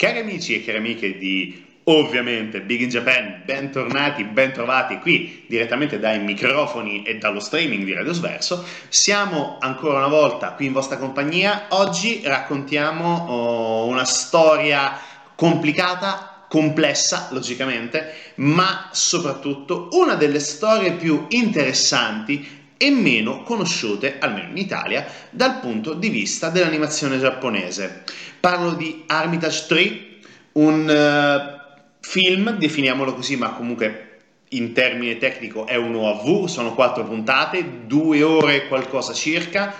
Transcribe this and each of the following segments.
Cari amici e cari amiche di ovviamente Big in Japan, bentornati, bentrovati qui direttamente dai microfoni e dallo streaming di Radio Sverso. Siamo ancora una volta qui in vostra compagnia. Oggi raccontiamo una storia complicata, complessa logicamente, ma soprattutto una delle storie più interessanti e meno conosciute, almeno in Italia, dal punto di vista dell'animazione giapponese. Parlo di Armitage 3, un film, definiamolo così, ma comunque in termine tecnico è un OAV, sono 4 puntate, 2 ore e qualcosa circa,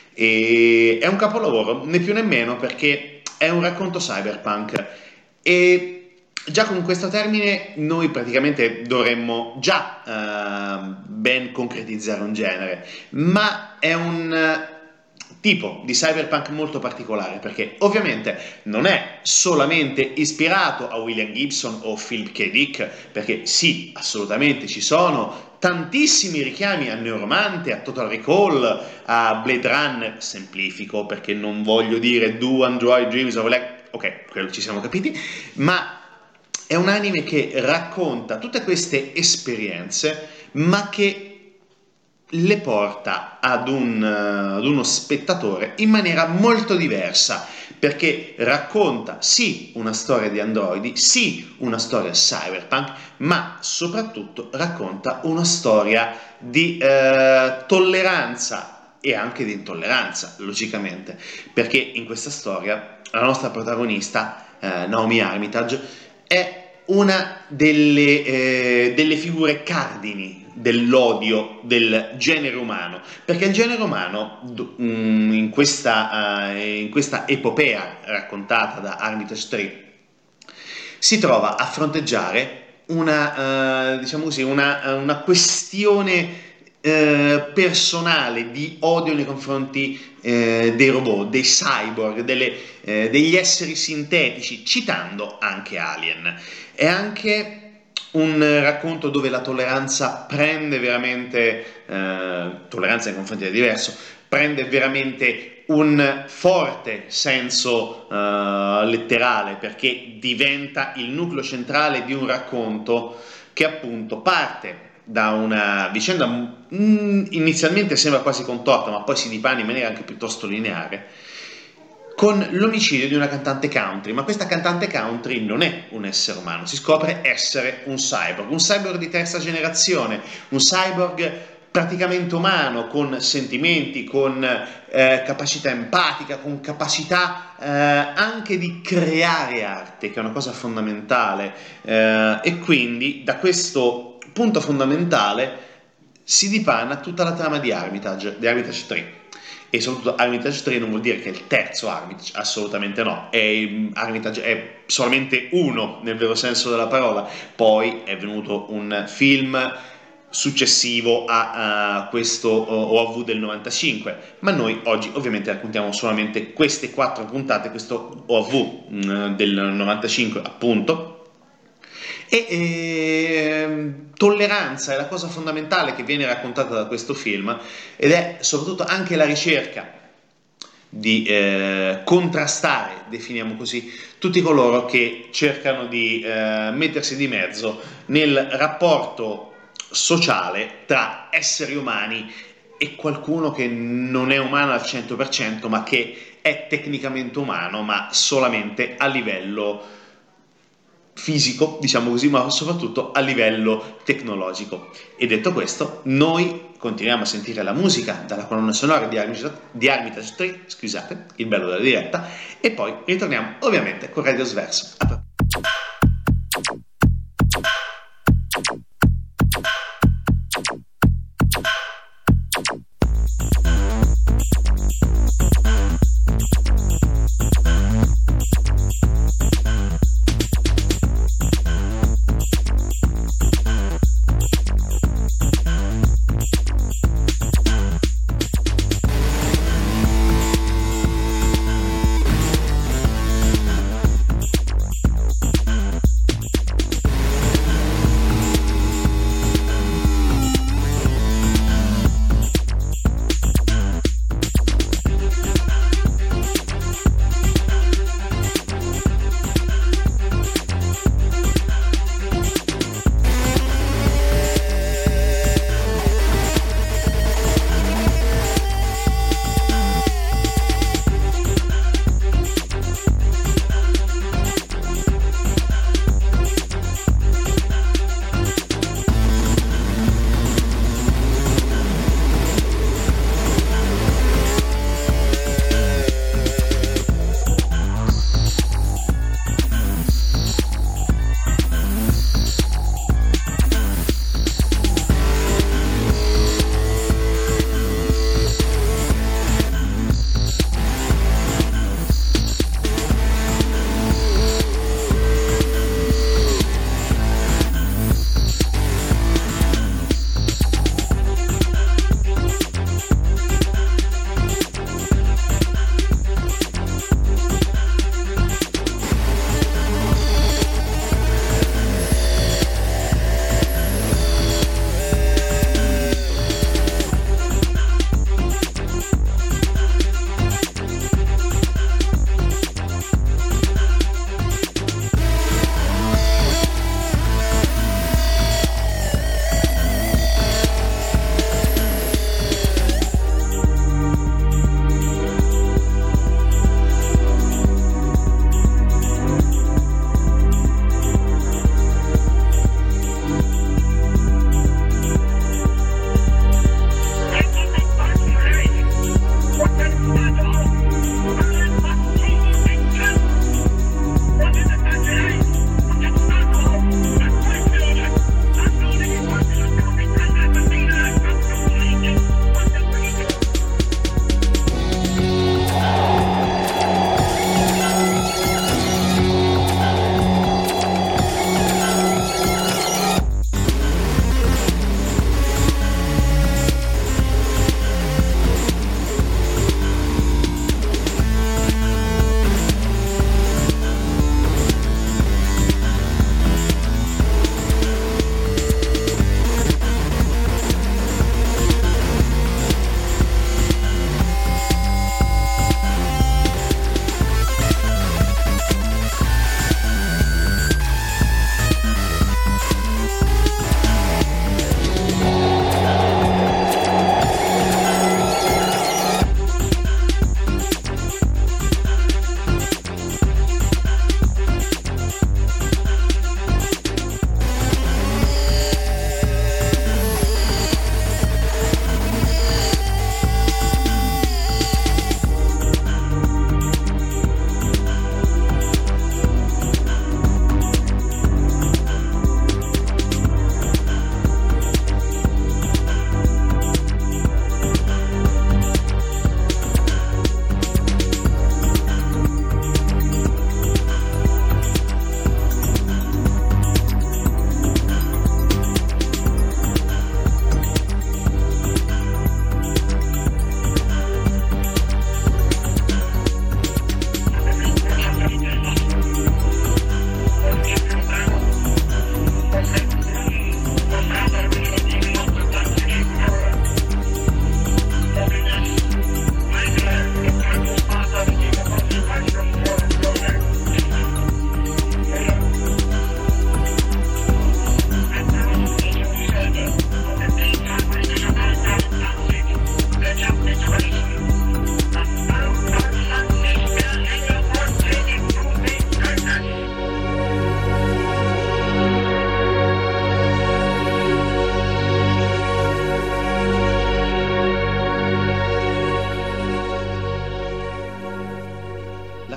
e è un capolavoro, né più né meno, perché è un racconto cyberpunk. E già con questo termine noi praticamente dovremmo già ben concretizzare un genere, ma è un tipo di cyberpunk molto particolare, perché ovviamente non è solamente ispirato a William Gibson o Philip K. Dick, perché sì, assolutamente ci sono tantissimi richiami a Neuromante, a Total Recall, a Blade Runner, semplifico perché non voglio dire Do Android Dreams of ok, quello ci siamo capiti, ma è un anime che racconta tutte queste esperienze, ma che le porta ad uno spettatore in maniera molto diversa, perché racconta sì una storia di androidi, sì una storia cyberpunk, ma soprattutto racconta una storia di tolleranza e anche di intolleranza, logicamente, perché in questa storia la nostra protagonista, Naomi Armitage, è una delle figure cardini dell'odio del genere umano, perché il genere umano in questa epopea raccontata da Armitage 3 si trova a fronteggiare una questione personale di odio nei confronti dei robot, dei cyborg, degli esseri sintetici, citando anche Alien. È anche un racconto dove la tolleranza prende veramente, tolleranza nei confronti del diverso, prende veramente un forte senso letterale, perché diventa il nucleo centrale di un racconto che appunto parte da una vicenda inizialmente sembra quasi contorta, ma poi si dipana in maniera anche piuttosto lineare, con l'omicidio di una cantante country. Ma questa cantante country non è un essere umano, si scopre essere un cyborg di terza generazione, un cyborg praticamente umano, con sentimenti, con capacità empatica, con capacità anche di creare arte, che è una cosa fondamentale, e quindi da questo punto fondamentale si dipana tutta la trama di Armitage 3. E soprattutto Armitage 3 non vuol dire che è il terzo Armitage, assolutamente no, Armitage è solamente uno nel vero senso della parola. Poi è venuto un film successivo a questo OAV del 95, ma noi oggi ovviamente raccontiamo solamente queste 4 puntate, questo OAV del 95 appunto. E tolleranza è la cosa fondamentale che viene raccontata da questo film, ed è soprattutto anche la ricerca di contrastare, definiamo così, tutti coloro che cercano di mettersi di mezzo nel rapporto sociale tra esseri umani e qualcuno che non è umano al 100%, ma che è tecnicamente umano, ma solamente a livello fisico, diciamo così, ma soprattutto a livello tecnologico. E detto questo, noi continuiamo a sentire la musica dalla colonna sonora di Armitage 3, scusate, il bello della diretta, e poi ritorniamo ovviamente con Radio Sverso.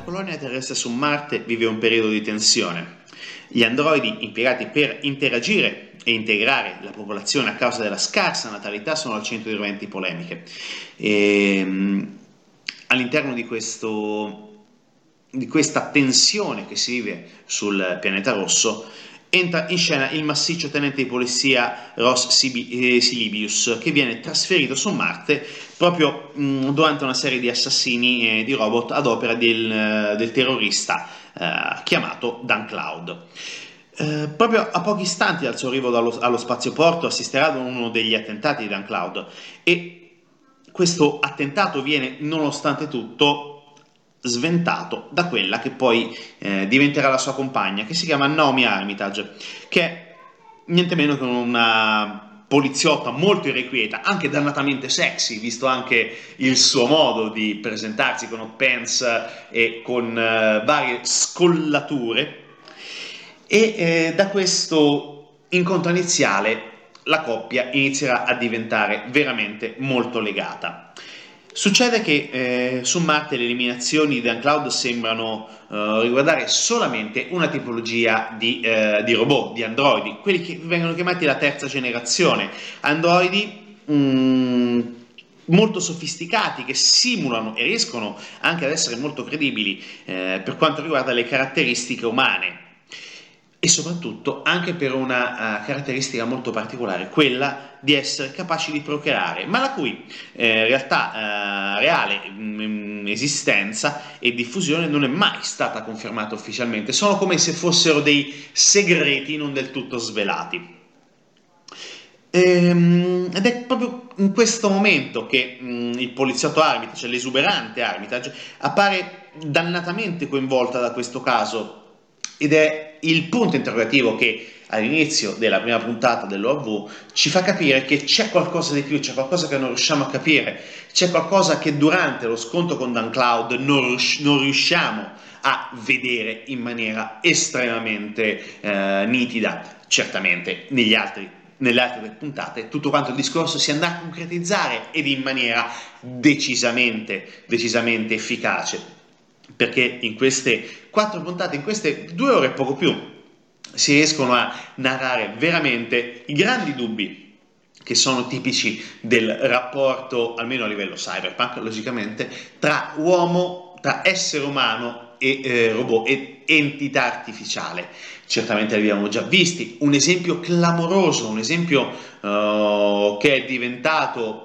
colonia terrestre su Marte vive un periodo di tensione. Gli androidi impiegati per interagire e integrare la popolazione a causa della scarsa natalità sono al centro di roventi polemiche. All'interno di questa tensione che si vive sul pianeta rosso entra in scena il massiccio tenente di polizia Ross Silibius, che viene trasferito su Marte proprio durante una serie di assassini di robot ad opera del terrorista chiamato Dan Cloud. Proprio a pochi istanti dal suo arrivo allo spazioporto assisterà ad uno degli attentati di Dan Cloud, e questo attentato viene nonostante tutto sventato da quella che poi diventerà la sua compagna, che si chiama Naomi Armitage, che è niente meno che una poliziotta molto irrequieta, anche dannatamente sexy, visto anche il suo modo di presentarsi con hot pants e con varie scollature. E da questo incontro iniziale la coppia inizierà a diventare veramente molto legata. Succede che su Marte le eliminazioni di Dan Cloud sembrano riguardare solamente una tipologia di robot, di androidi, quelli che vengono chiamati la terza generazione, androidi molto sofisticati, che simulano e riescono anche ad essere molto credibili per quanto riguarda le caratteristiche umane, e soprattutto anche per una caratteristica molto particolare, quella di essere capaci di procreare, ma la cui realtà reale esistenza e diffusione non è mai stata confermata ufficialmente. Sono come se fossero dei segreti non del tutto svelati. Ed è proprio in questo momento che il poliziotto Armitage, cioè l'esuberante Armitage, appare dannatamente coinvolta da questo caso, ed è il punto interrogativo che all'inizio della prima puntata dell'OV ci fa capire che c'è qualcosa di più, c'è qualcosa che non riusciamo a capire, c'è qualcosa che durante lo scontro con Dan Cloud non riusciamo a vedere in maniera estremamente nitida. Certamente nelle altre due puntate tutto quanto il discorso si andrà a concretizzare, ed in maniera decisamente efficace, perché in queste 4 puntate, in queste 2 ore e poco più, si riescono a narrare veramente i grandi dubbi che sono tipici del rapporto, almeno a livello cyberpunk, logicamente, tra uomo, tra essere umano e robot e entità artificiale. Certamente li abbiamo già visti. Un esempio clamoroso, un esempio che è diventato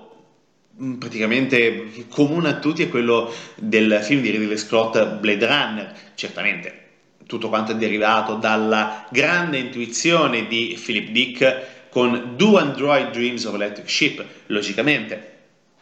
praticamente comune a tutti, è quello del film di Ridley Scott, Blade Runner. Certamente tutto quanto è derivato dalla grande intuizione di Philip Dick con Do Android Dreams of Electric Sheep, logicamente,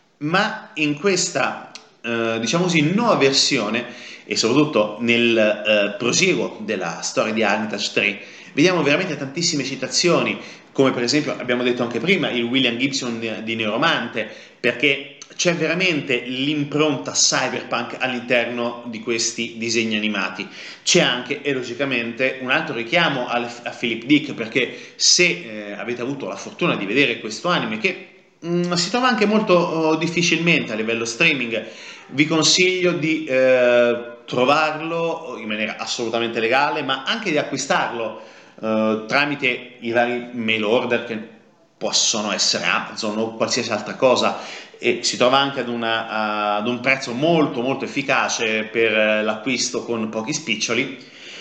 ma in questa diciamo così nuova versione, e soprattutto nel prosieguo della storia di Armitage 3, vediamo veramente tantissime citazioni, come per esempio abbiamo detto anche prima il William Gibson di Neuromante, perché c'è veramente l'impronta cyberpunk all'interno di questi disegni animati. C'è anche, e logicamente, un altro richiamo a Philip Dick, perché se avete avuto la fortuna di vedere questo anime, che si trova anche molto difficilmente a livello streaming, vi consiglio di trovarlo in maniera assolutamente legale, ma anche di acquistarlo tramite i vari mail order che possono essere Amazon o qualsiasi altra cosa, e si trova anche ad un prezzo molto efficace per l'acquisto con pochi spiccioli.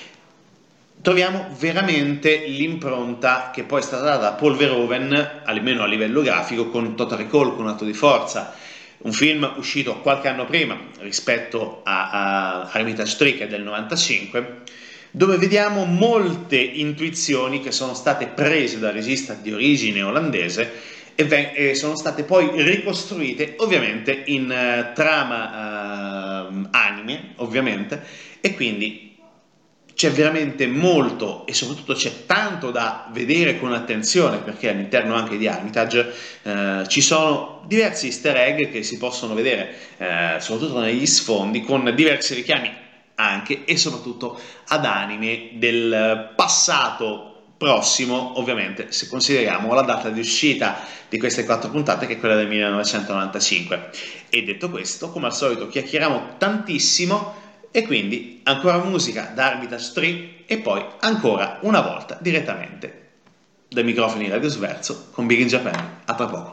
Troviamo veramente l'impronta che poi è stata data da Paul Verhoeven, almeno a livello grafico, con Total Recall, con Atto di Forza, un film uscito qualche anno prima rispetto a Armitage 3, che è del 95, dove vediamo molte intuizioni che sono state prese dal regista di origine olandese e sono state poi ricostruite ovviamente in trama anime, ovviamente, e quindi c'è veramente molto, e soprattutto c'è tanto da vedere con attenzione, perché all'interno anche di Armitage ci sono diversi easter egg che si possono vedere, soprattutto negli sfondi, con diversi richiami anche e soprattutto ad anime del passato prossimo, ovviamente, se consideriamo la data di uscita di queste 4 puntate, che è quella del 1995. E detto questo, come al solito chiacchieriamo tantissimo. e quindi ancora musica da Armitage Tree e poi ancora una volta direttamente dai microfoni di Radio Sverso con Big in Japan. A tra poco.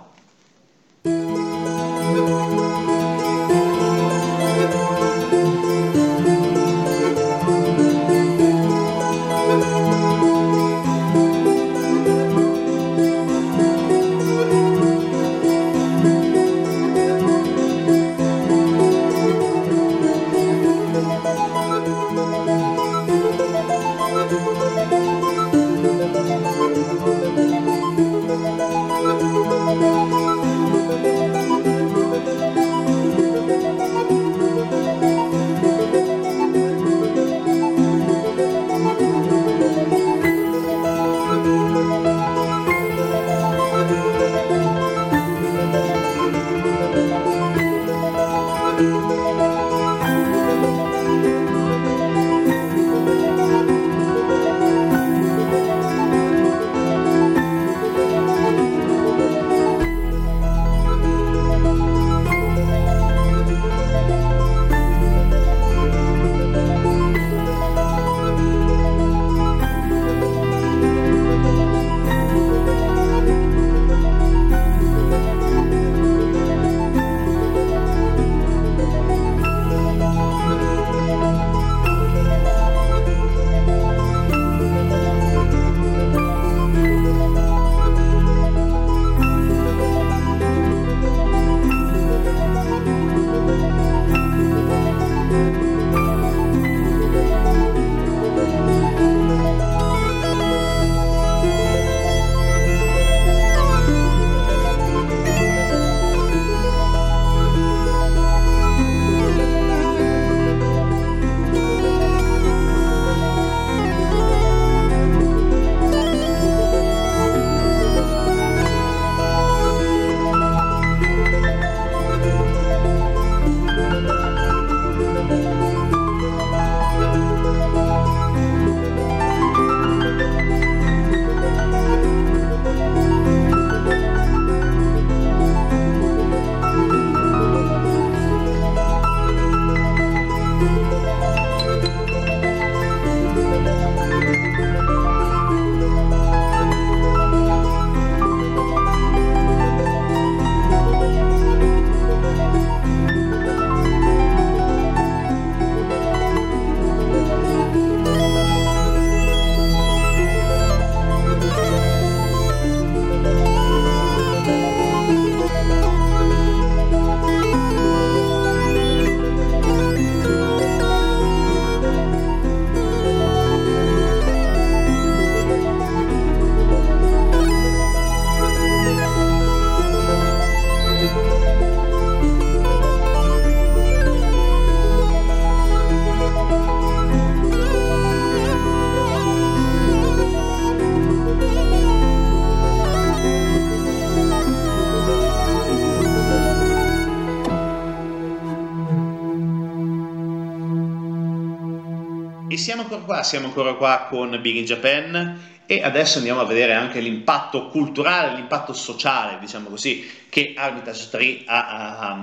E siamo ancora qua con Big in Japan e adesso andiamo a vedere anche l'impatto culturale, l'impatto sociale, diciamo così, che Armitage Tree ha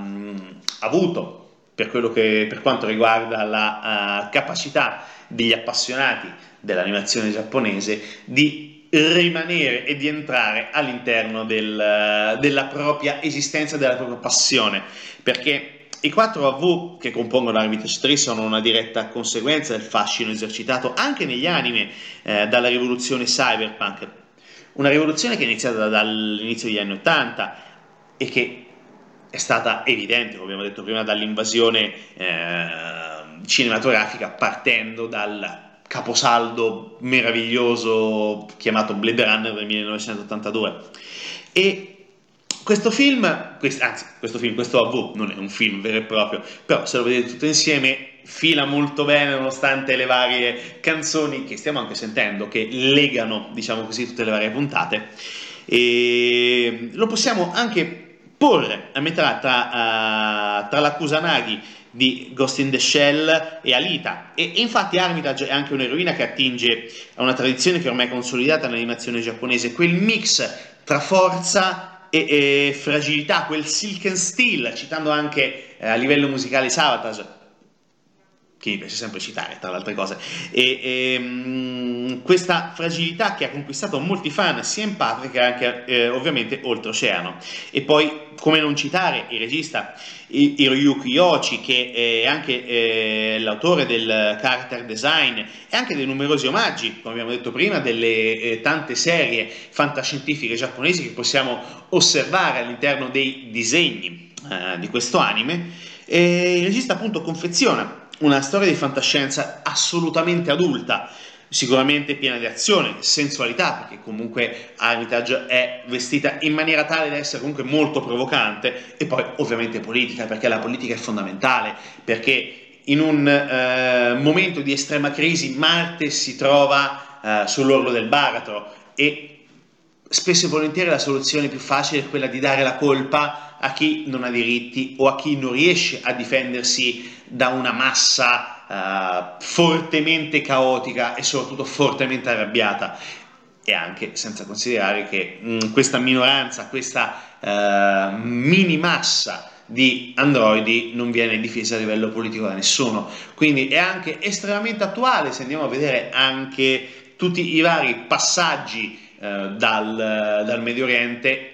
avuto per quanto riguarda la capacità degli appassionati dell'animazione giapponese di rimanere e di entrare all'interno della propria esistenza, della propria passione, perché i 4 AV che compongono Armitage Tree sono una diretta conseguenza del fascino esercitato anche negli anime dalla rivoluzione cyberpunk, una rivoluzione che è iniziata dall'inizio degli anni 80 e che è stata evidente, come abbiamo detto prima, dall'invasione cinematografica, partendo dal caposaldo meraviglioso chiamato Blade Runner del 1982. E questo AV non è un film vero e proprio, però se lo vedete tutto insieme fila molto bene, nonostante le varie canzoni che stiamo anche sentendo, che legano, diciamo così, tutte le varie puntate. E lo possiamo anche porre a metà tra la Kusanagi di Ghost in the Shell e Alita, e infatti Armitage è anche un'eroina che attinge a una tradizione che ormai è consolidata nell'animazione giapponese, quel mix tra forza e fragilità, quel silk and steel, citando anche a livello musicale Savatage, che mi piace sempre citare tra le altre cose, e questa fragilità che ha conquistato molti fan sia in patria che anche ovviamente oltreoceano. E poi come non citare il regista Hiroyuki Yoshi, che è anche l'autore del character design e anche dei numerosi omaggi, come abbiamo detto prima, delle tante serie fantascientifiche giapponesi che possiamo osservare all'interno dei disegni di questo anime. E il regista appunto confeziona una storia di fantascienza assolutamente adulta, sicuramente piena di azione, sensualità, perché comunque Armitage è vestita in maniera tale da essere comunque molto provocante, e poi ovviamente politica, perché la politica è fondamentale, perché in un momento di estrema crisi Marte si trova sull'orlo del baratro, e spesso e volentieri la soluzione più facile è quella di dare la colpa a chi non ha diritti o a chi non riesce a difendersi da una massa fortemente caotica e soprattutto fortemente arrabbiata, e anche senza considerare che questa minoranza, questa mini massa di androidi non viene difesa a livello politico da nessuno. Quindi è anche estremamente attuale se andiamo a vedere anche tutti i vari passaggi dal Medio Oriente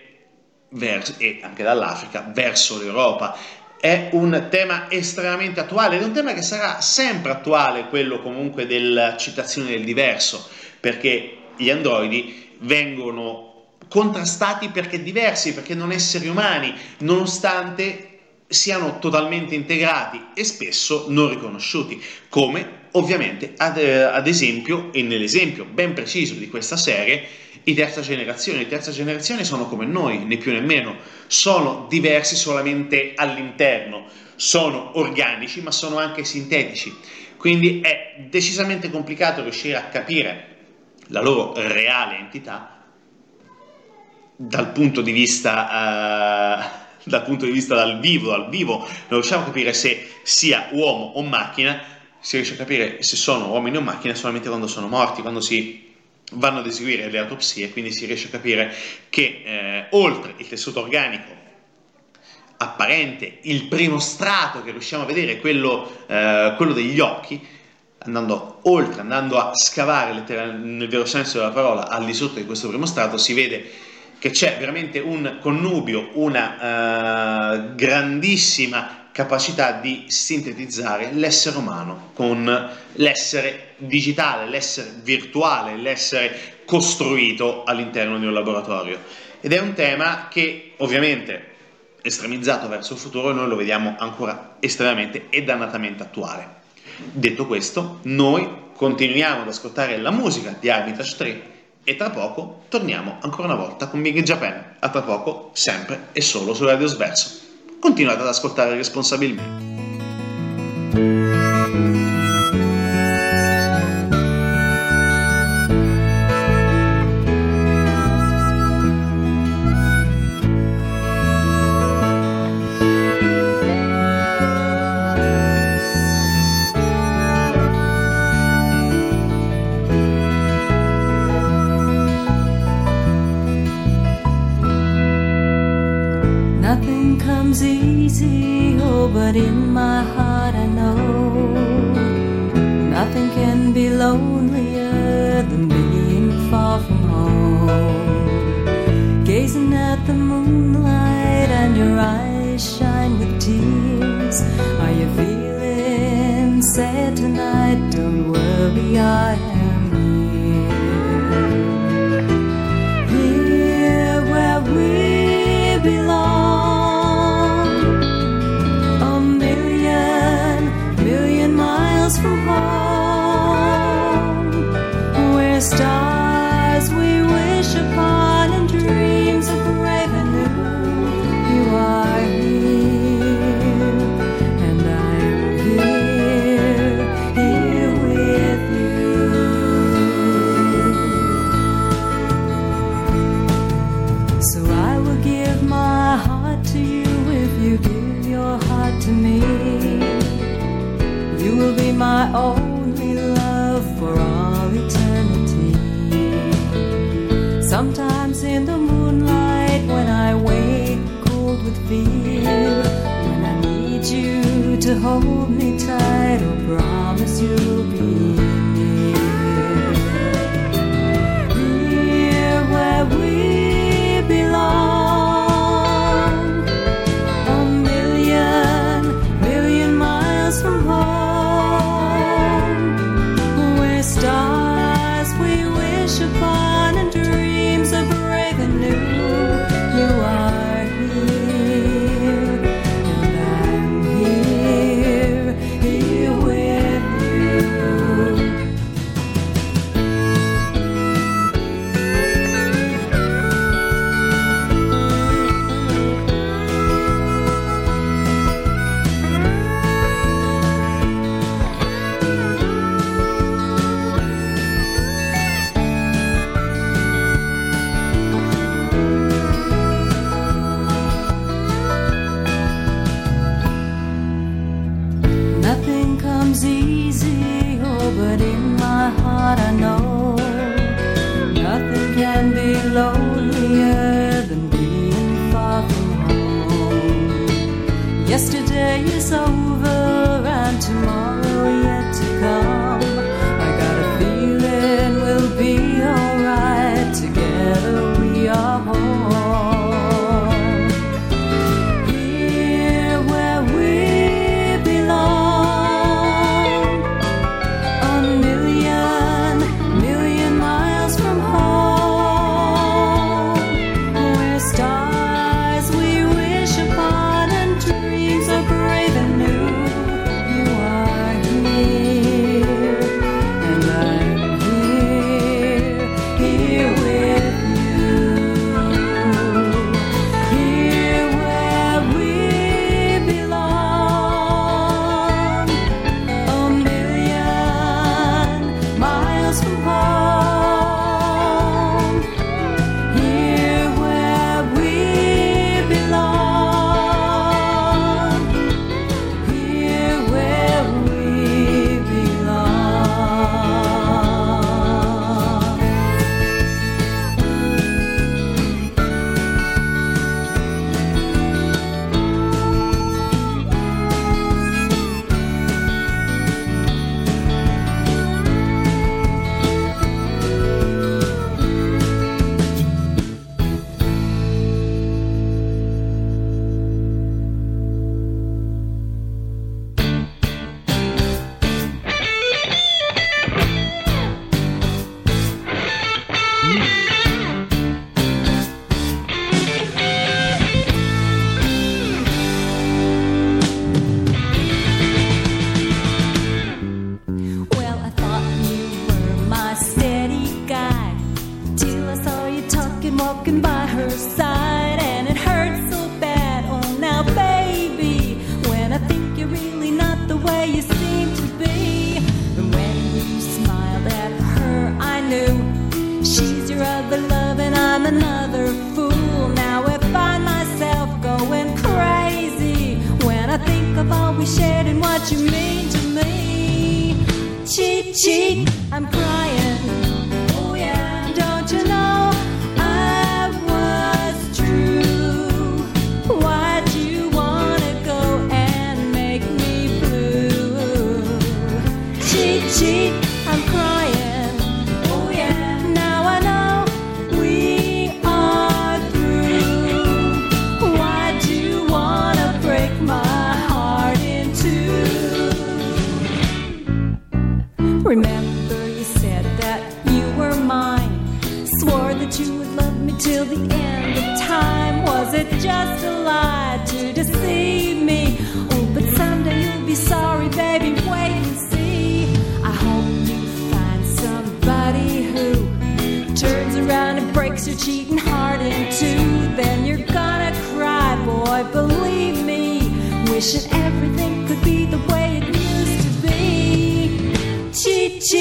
e anche dall'Africa verso l'Europa. È un tema estremamente attuale, ed è un tema che sarà sempre attuale, quello comunque dell'accettazione del diverso, perché gli androidi vengono contrastati perché diversi, perché non esseri umani, nonostante siano totalmente integrati e spesso non riconosciuti, come ovviamente ad esempio, e nell'esempio ben preciso di questa serie, i terza generazione. I terza generazione sono come noi, né più né meno, sono diversi solamente all'interno, sono organici ma sono anche sintetici, quindi è decisamente complicato riuscire a capire la loro reale entità dal punto di vista dal vivo non riusciamo a capire se sia uomo o macchina. Si riesce a capire se sono uomini o macchine solamente quando sono morti, quando si vanno ad eseguire le autopsie, quindi si riesce a capire che oltre il tessuto organico apparente, il primo strato che riusciamo a vedere è quello degli occhi, andando a scavare nel vero senso della parola al di sotto di questo primo strato, si vede che c'è veramente un connubio, una grandissima capacità di sintetizzare l'essere umano con l'essere digitale, l'essere virtuale, l'essere costruito all'interno di un laboratorio. Ed è un tema che ovviamente estremizzato verso il futuro noi lo vediamo ancora estremamente e dannatamente attuale. Detto questo, noi continuiamo ad ascoltare la musica di Armitage 3 e tra poco torniamo ancora una volta con Big in Japan. A tra poco, sempre e solo su Radio Sverso. Continuate ad ascoltare responsabilmente. Nothing comes easy, oh, but in my heart I know nothing can be lonelier than being far from home. Gazing at the moonlight and your eyes shine with tears. Are you feeling sad tonight? Don't worry, I am here. Here where we belong. From home, where stars we wish upon and dreams are brave and new. You are here, and I'm here, here with you. So I will give my heart to you if you give your heart to me. You will be my only love for all eternity. Sometimes in the moonlight when I wake cold with fear, when I need you to to hold me tight, oh promise you'll be near. Here where we belong, a million miles from home, where stars we wish upon and dreams are brave and new. You are here, and I'm here, here with you. Nothing comes easy, oh, but in my heart I know nothing can be lonelier than being far from home. Yesterday is over and tomorrow yet to come. I got a feeling we'll be alright, together we are home. Here where we belong, a million miles from home, where stars we wish upon and dreams are brave and new. You are here, and I'm here, here with you. Here where we belong, a million miles from home. Here where we belong, here where we belong. Well, I thought you were my steady guide, till I saw you talking, walking by her side, and it hurt so bad. Oh, now, baby, when I think you're really not the way you seem to be. And when you smiled at her, I knew she's your other love and I'm another fool. Now I find myself going crazy when I think of all we shared and what you mean to me. Cheek, cheek, I'm crying. Oh yeah, don't you know I was true? Why'd you wanna go and make me blue? Cheek, cheek, I'm crying. Oh yeah, now I know we are through. Why'd you wanna break my heart in two? Remember you said that you were mine, swore that you would love me till the end of time. Was it just a lie to deceive me? Oh, but someday you'll be sorry, baby, wait and see. I hope you find somebody who turns around and breaks your cheating heart in two. Then you're gonna cry, boy, believe me, wishing everything could be the way it used to be. Cheat, cheat.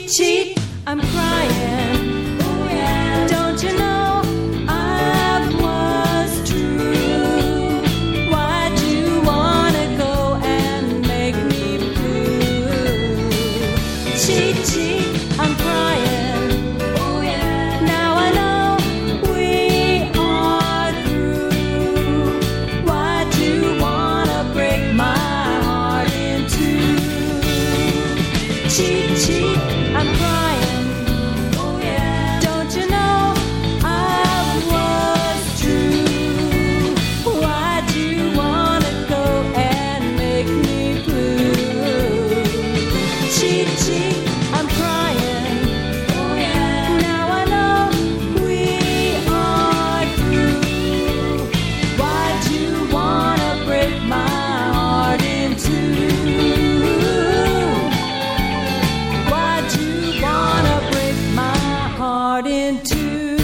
Cheat, cheat, I'm crying. Oh yeah. Don't you know I was true? Why'd you wanna go and make me blue? Cheat, cheat, I'm crying. Oh yeah. Now I know we are through. Why'd you wanna break my heart in two? Cheat, cheat, I'm crying. Oh yeah. Don't you know I was true? Why'd you wanna go and make me blue? Cheat, cheat, I'm crying. Oh yeah. Now I know we are through. Why'd you wanna break my heart in two? Why'd you wanna break my heart in two?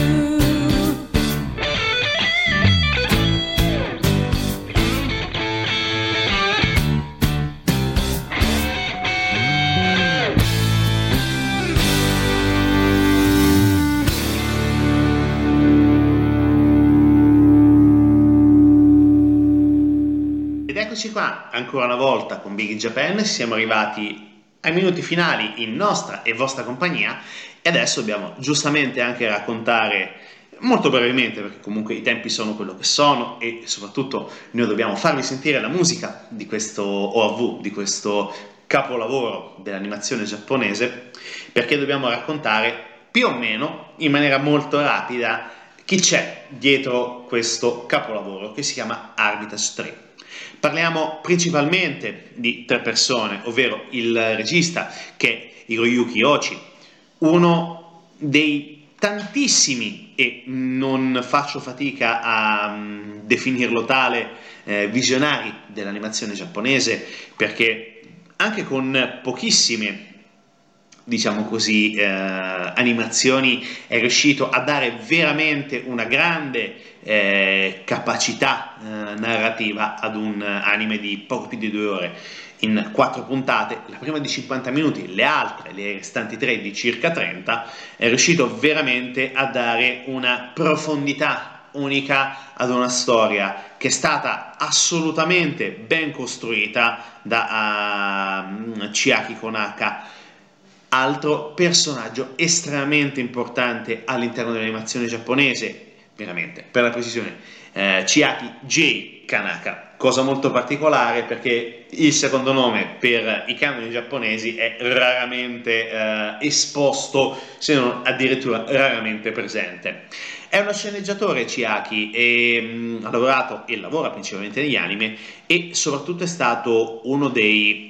Ed eccoci qua, ancora una volta con Big in Japan, siamo arrivati ai minuti finali in nostra e vostra compagnia e adesso dobbiamo giustamente anche raccontare molto brevemente, perché comunque i tempi sono quello che sono e soprattutto noi dobbiamo farvi sentire la musica di questo OAV, di questo capolavoro dell'animazione giapponese, perché dobbiamo raccontare più o meno in maniera molto rapida chi c'è dietro questo capolavoro che si chiama Armitage 3. Parliamo principalmente di tre persone, ovvero il regista che è Hiroyuki Ochi, uno dei tantissimi, e non faccio fatica a definirlo tale, visionari dell'animazione giapponese, perché anche con pochissime, diciamo così, animazioni è riuscito a dare veramente una grande capacità narrativa ad un anime di poco più di 2 ore in 4 puntate, la prima di 50 minuti, le altre, le restanti 3 di circa 30, è riuscito veramente a dare una profondità unica ad una storia che è stata assolutamente ben costruita da Chiaki Konaka, altro personaggio estremamente importante all'interno dell'animazione giapponese, veramente, per la precisione, Chiaki J. Kanaka, cosa molto particolare perché il secondo nome per i canoni giapponesi è raramente esposto, se non addirittura raramente presente. È uno sceneggiatore Chiaki e ha lavorato e lavora principalmente negli anime e soprattutto è stato uno dei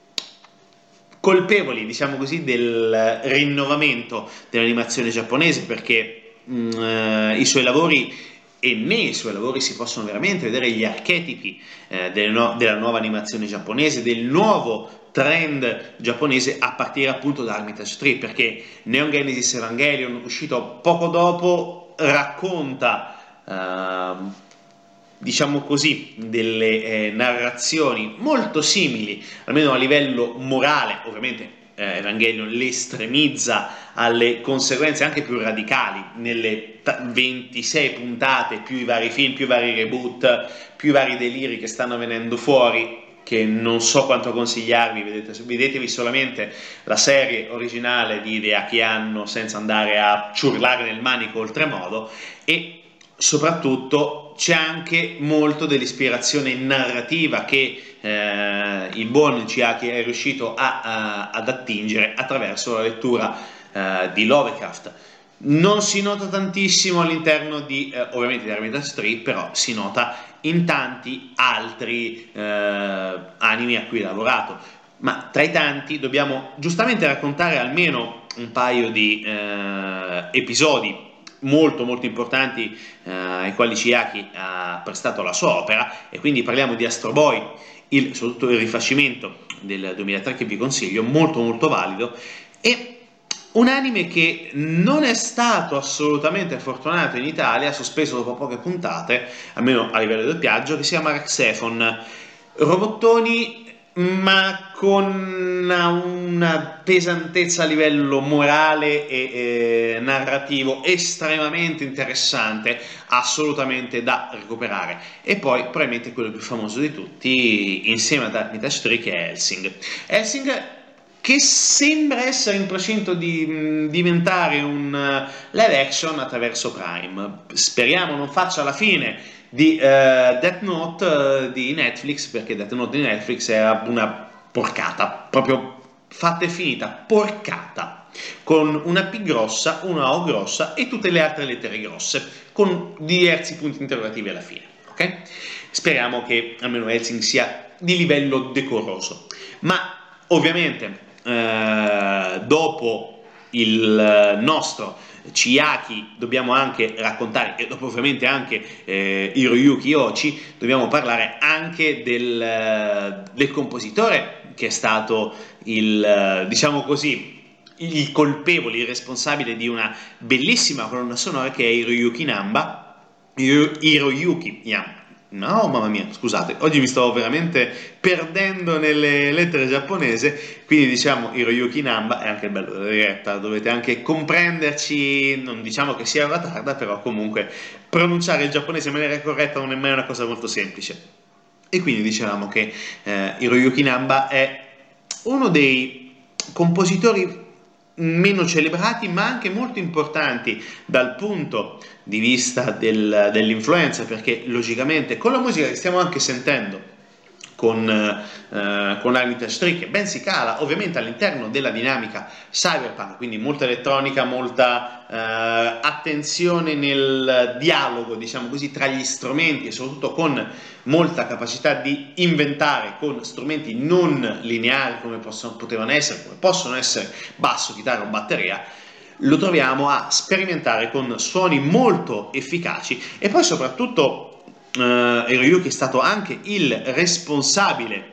colpevoli, diciamo così, del rinnovamento dell'animazione giapponese, perché i suoi lavori e nei suoi lavori si possono veramente vedere gli archetipi della nuova animazione giapponese, del nuovo trend giapponese a partire appunto da Armitage 3, perché Neon Genesis Evangelion, uscito poco dopo, racconta diciamo così delle narrazioni molto simili, almeno a livello morale. Ovviamente Evangelion le estremizza alle conseguenze anche più radicali nelle 26 puntate, più i vari film, più i vari reboot, più i vari deliri che stanno venendo fuori, che non so quanto consigliarvi. Vedetevi solamente la serie originale di Hideaki Anno senza andare a ciurlare nel manico oltremodo, e soprattutto c'è anche molto dell'ispirazione narrativa che il buon Chiaki è riuscito ad attingere attraverso la lettura di Lovecraft. Non si nota tantissimo all'interno di ovviamente di Armitage 3, però si nota in tanti altri anime a cui ha lavorato, ma tra i tanti dobbiamo giustamente raccontare almeno un paio di episodi molto molto importanti ai quali Chiaki ha prestato la sua opera, e quindi parliamo di Astro Boy, soprattutto il rifacimento del 2003 che vi consiglio, molto molto valido, e un anime che non è stato assolutamente fortunato in Italia, sospeso dopo poche puntate, almeno a livello di doppiaggio, che si chiama Rexephon. Robottoni ma con una pesantezza a livello morale e narrativo estremamente interessante, assolutamente da recuperare. E poi probabilmente quello più famoso di tutti, insieme ad Armitage Tree, che è Hellsing. Hellsing, che sembra essere in procinto di diventare un live action attraverso Prime. Speriamo non faccia la fine di Death Note di Netflix, perché Death Note di Netflix era una porcata, proprio fatta e finita, porcata, con una P grossa, una O grossa e tutte le altre lettere grosse, con diversi punti interrogativi alla fine, ok? Speriamo che almeno Hellsing sia di livello decoroso, ma ovviamente dopo il nostro Chiaki dobbiamo anche raccontare, e dopo ovviamente anche Hiroyuki Ochi, dobbiamo parlare anche del compositore che è stato diciamo così, il colpevole, il responsabile di una bellissima colonna sonora, che è Hiroyuki Namba. No, mamma mia, scusate, oggi mi sto veramente perdendo nelle lettere giapponese, quindi diciamo Hiroyuki Namba. È anche il bello della diretta, dovete anche comprenderci, non diciamo che sia una tarda, però comunque pronunciare il giapponese in maniera corretta non è mai una cosa molto semplice. E quindi dicevamo che Hiroyuki Namba è uno dei compositori meno celebrati, ma anche molto importanti dal punto di vista dell'influenza, perché logicamente con la musica che stiamo anche sentendo con Armitage Tree, che ben si cala ovviamente all'interno della dinamica cyberpunk, quindi molta elettronica, molta attenzione nel dialogo, diciamo così, tra gli strumenti, e soprattutto con molta capacità di inventare con strumenti non lineari come potevano essere, come possono essere basso, chitarra o batteria. Lo troviamo a sperimentare con suoni molto efficaci, e poi soprattutto Hiroyuki è stato anche il responsabile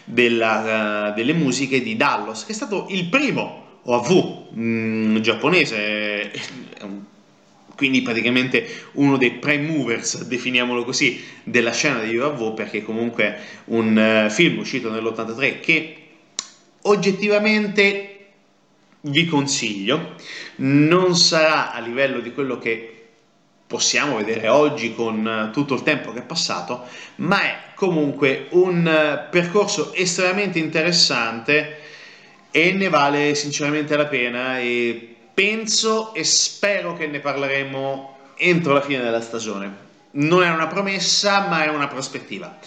delle musiche di Dallos, che è stato il primo OAV giapponese, quindi praticamente uno dei prime movers, definiamolo così, della scena degli OAV, perché comunque un film uscito nell'83 che oggettivamente vi consiglio. Non sarà a livello di quello che possiamo vedere oggi con tutto il tempo che è passato, ma è comunque un percorso estremamente interessante e ne vale sinceramente la pena, e penso e spero che ne parleremo entro la fine della stagione. Non è una promessa, ma è una prospettiva.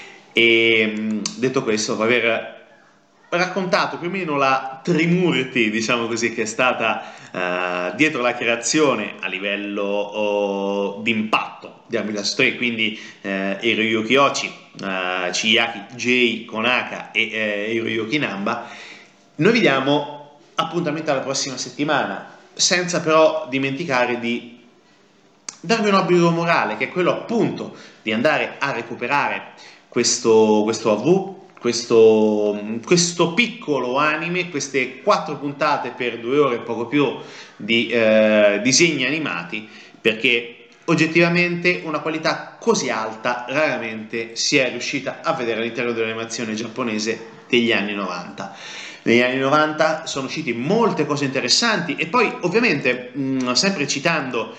E detto questo, dopo aver raccontato più o meno la Trimurti, diciamo così, che è stata dietro la creazione a livello d'impatto di Armitage Tree, quindi Hiroyuki Ochi, Chiaki J. Konaka e Hiroyuki Namba, noi vi diamo appuntamento alla prossima settimana, senza però dimenticare di darvi un obbligo morale, che è quello appunto di andare a recuperare questo AV, questo piccolo anime, queste 4 puntate per 2 ore e poco più di disegni animati, perché oggettivamente una qualità così alta raramente si è riuscita a vedere all'interno dell'animazione giapponese degli anni 90. Negli anni 90 sono uscite molte cose interessanti, e poi ovviamente sempre citando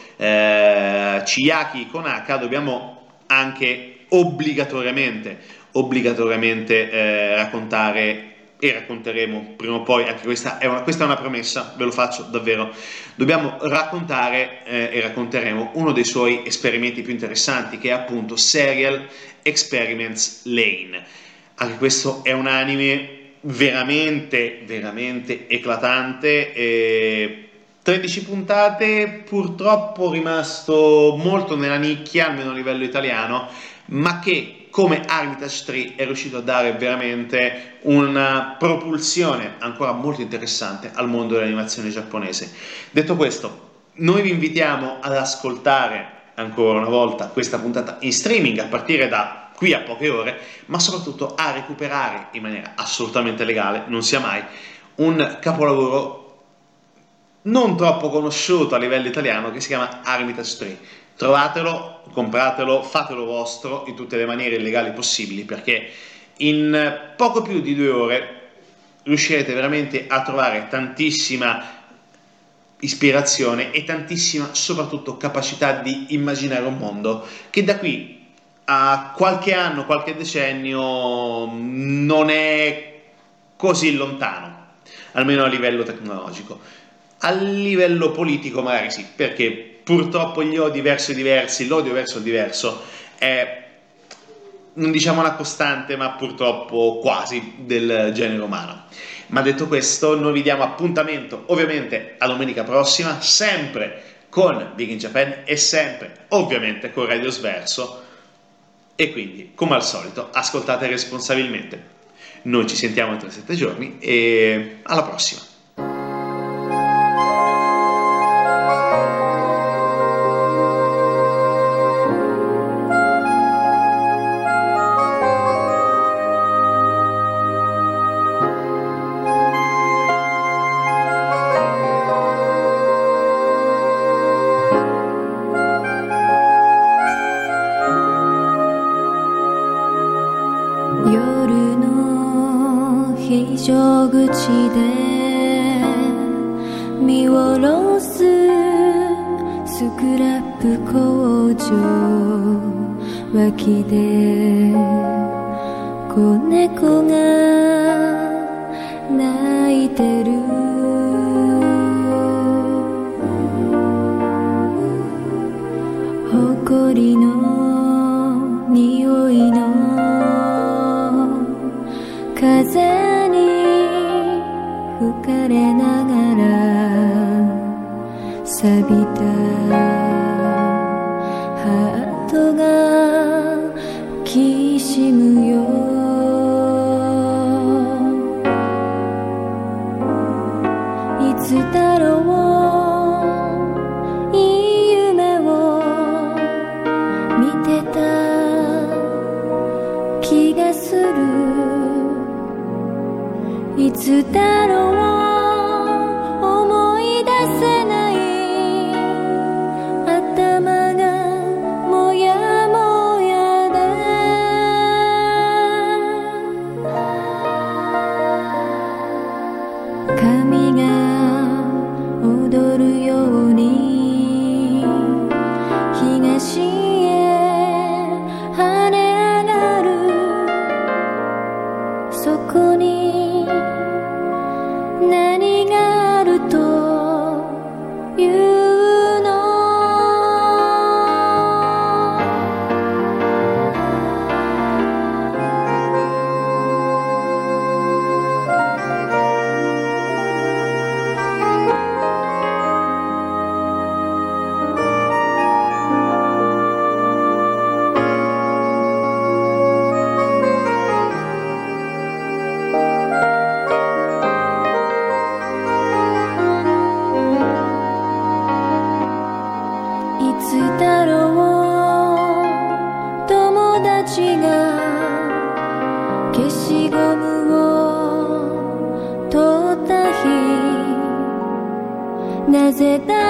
Chiaki Konaka dobbiamo anche obbligatoriamente raccontare, e racconteremo prima o poi, anche questa è una promessa, ve lo faccio davvero, dobbiamo raccontare e racconteremo uno dei suoi esperimenti più interessanti, che è appunto Serial Experiments Lain. Anche questo è un anime veramente eclatante, 13 puntate, purtroppo rimasto molto nella nicchia, almeno a livello italiano, ma che come Armitage Tree è riuscito a dare veramente una propulsione ancora molto interessante al mondo dell'animazione giapponese. Detto questo, noi vi invitiamo ad ascoltare ancora una volta questa puntata in streaming a partire da qui a poche ore, ma soprattutto a recuperare in maniera assolutamente legale, non sia mai, un capolavoro non troppo conosciuto a livello italiano che si chiama Armitage Tree. Trovatelo, compratelo, fatelo vostro in tutte le maniere legali possibili, perché in poco più di 2 ore riuscirete veramente a trovare tantissima ispirazione e tantissima soprattutto capacità di immaginare un mondo che da qui a qualche anno, qualche decennio non è così lontano, almeno a livello tecnologico. A livello politico magari sì, perché purtroppo gli odi verso i diversi, l'odio verso il diverso è, non diciamo una costante, ma purtroppo quasi del genere umano. Ma detto questo, noi vi diamo appuntamento ovviamente a domenica prossima, sempre con Big in Japan e sempre ovviamente con Radio Sverso, e quindi come al solito ascoltate responsabilmente. Noi ci sentiamo tra 7 giorni e alla prossima. 脇で子猫が泣いてる埃の匂いの風に吹かれながら錆びたハートがきしむよいつだろういい夢を見てた気がするいつだろう思い出せない頭がもやもやで髪が踊るように東へ跳ね上がるそこに何があるというのいつだろう友達が消しゴムを取った日なぜだ